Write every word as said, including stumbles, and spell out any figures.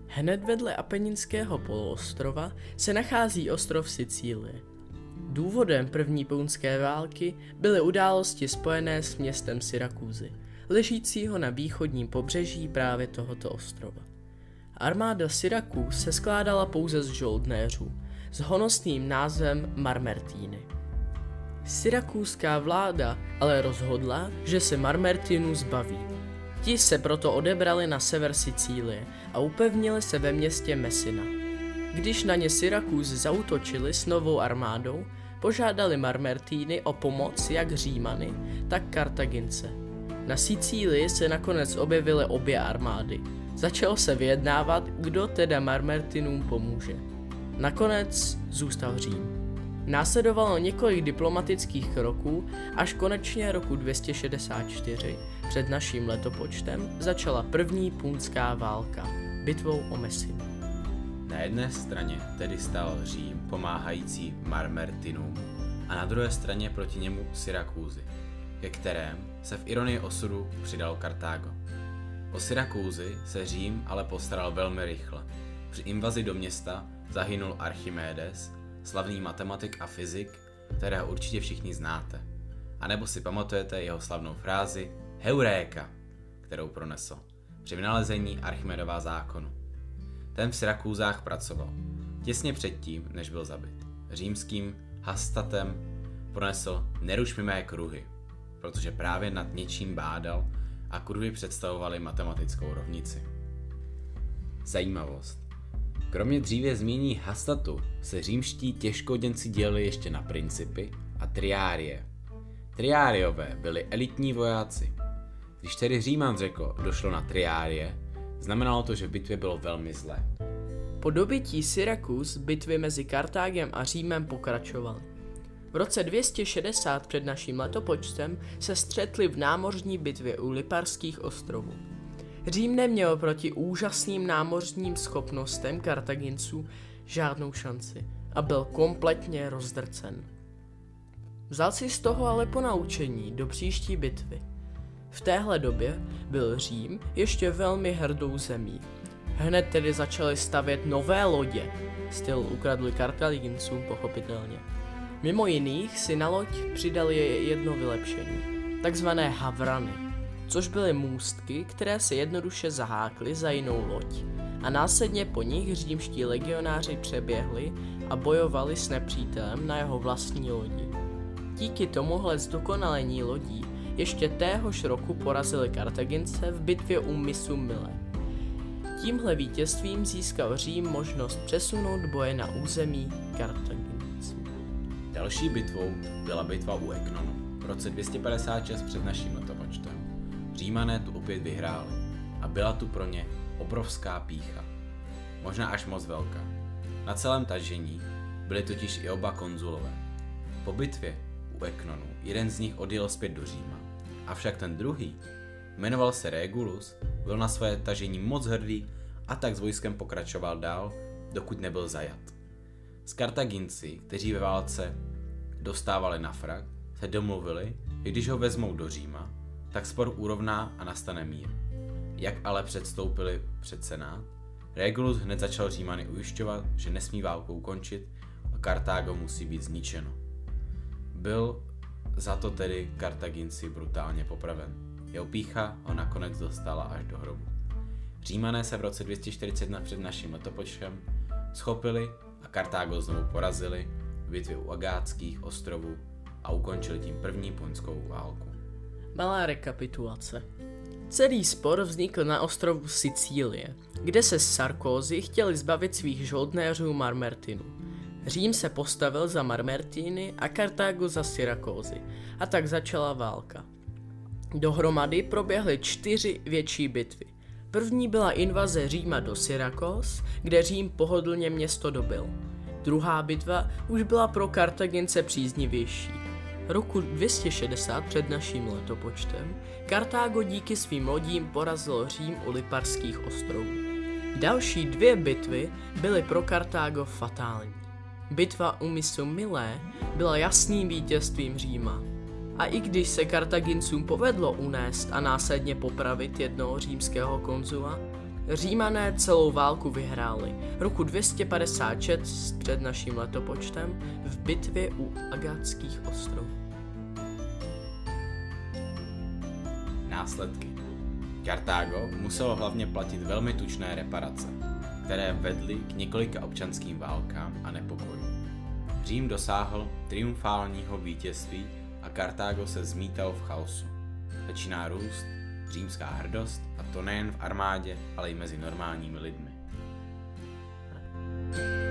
Hned vedle Apeninského poloostrova se nachází ostrov Sicílie. Důvodem první punské války byly události spojené s městem Syrakusy, ležícího na východním pobřeží právě tohoto ostrova. Armáda Syrakus se skládala pouze z žoldnéřů, s honosným názvem Marmertíny. Syrakuská vláda ale rozhodla, že se Marmertinů zbaví. Ti se proto odebrali na sever Sicílie a upevnili se ve městě Messina. Když na ně Syrakus zaútočili s novou armádou, požádali Marmertíny o pomoc jak Římany, tak Kartagince. Na Sicílii se nakonec objevily obě armády. Začalo se vyjednávat, kdo teda Marmertinům pomůže. Nakonec zůstal Řím. Následovalo několik diplomatických kroků, až konečně roku dvě stě šedesát čtyři před naším letopočtem začala první punská válka, bitvou o Messinu. Na jedné straně tedy stál Řím pomáhající Marmertinům a na druhé straně proti němu Syrakusy, ke kterém se v ironii osudu přidal Kartágo. O Syrakusy se Řím ale postaral velmi rychle. Při invazi do města zahynul Archimedes, slavný matematik a fyzik, kterého určitě všichni znáte. A nebo si pamatujete jeho slavnou frázi Heuréka, kterou pronesl při vynalezení Archimedova zákonu. Ten v Syrakusách pracoval. Těsně předtím, než byl zabit. Římským Hastatem pronesl neruš mi mé kruhy, protože právě nad něčím bádal a kruhy představovaly matematickou rovnici. Zajímavost. Kromě dříve zmínění Hastatu se římští těžkoděnci dělili ještě na principy a triárie. Triáriové byli elitní vojáci. Když tedy Říman řekl, došlo na triárie, znamenalo to, že v bitvě bylo velmi zlé. Po dobytí Syrakus bitvy mezi Kartágem a Římem pokračovaly. V roce dvě stě šedesát před naším letopočtem se střetli v námořní bitvě u Liparských ostrovů. Řím neměl proti úžasným námořním schopnostem Kartaginců žádnou šanci a byl kompletně rozdrcen. Vzal si z toho ale ponaučení do příští bitvy. V téhle době byl Řím ještě velmi hrdou zemí. Hned tedy začali stavět nové lodě, styl ukradli Kartagincům pochopitelně. Mimo jiných si na loď přidali jedno vylepšení, takzvané havrany, což byly můstky, které se jednoduše zahákly za jinou loď a následně po nich římští legionáři přeběhli a bojovali s nepřítelem na jeho vlastní lodi. Díky tomuhle zdokonalení lodí ještě téhož roku porazili Kartagince v bitvě u mysu Mille. Tímhle vítězstvím získal Řím možnost přesunout boje na území Kartaginců. Další bitvou byla bitva u Eknonu v roce dvě stě padesát šest před naším letopočtem. Římané tu opět vyhráli a byla tu pro ně obrovská pýcha. Možná až moc velká. Na celém tažení byli totiž i oba konzulové. Po bitvě u Eknonu jeden z nich odjel zpět do Říma, avšak ten druhý, jmenoval se Regulus, byl na své tažení moc hrdý a tak s vojskem pokračoval dál, dokud nebyl zajat. S Kartaginci, kteří ve válce dostávali na frak, se domluvili, že když ho vezmou do Říma, tak spor urovná a nastane mír. Jak ale předstoupili před senát, Regulus hned začal Římany ujišťovat, že nesmí válku ukončit a Kartágo musí být zničeno. Byl za to tedy Kartaginci brutálně popraven. Jeho pýcha ho nakonec dostala až do hrobu. Římané se v roce dvě stě čtyřicet jedna před naším letopočtem schopili a Kartágo znovu porazili v bitvě u Agátských ostrovů a ukončili tím první punskou válku. Malá rekapitulace. Celý spor vznikl na ostrovu Sicílie, kde se Sarkózy chtěli zbavit svých žoldnéřů Marmertinů. Řím se postavil za Marmertiny a Kartágo za Syrakózy a tak začala válka. Dohromady proběhly čtyři větší bitvy. První byla invaze Říma do Syrakóz, kde Řím pohodlně město dobyl. Druhá bitva už byla pro Kartagince příznivější. Roku dvě stě šedesát před naším letopočtem Kartágo díky svým lodím porazil Řím u Liparských ostrovů. Další dvě bitvy byly pro Kartágo fatální. Bitva u mysu Mille byla jasným vítězstvím Říma. A i když se Kartagincům povedlo unést a následně popravit jednoho římského konzula, Římané celou válku vyhráli roku dvě stě padesát šest před naším letopočtem v bitvě u Agatských ostrovů. Následky. Kartágo muselo hlavně platit velmi tučné reparace, které vedly k několika občanským válkám a nepokojům. Řím dosáhl triumfálního vítězství a Kartágo se zmítal v chaosu. Začíná růst římská hrdost, a to nejen v armádě, ale i mezi normálními lidmi.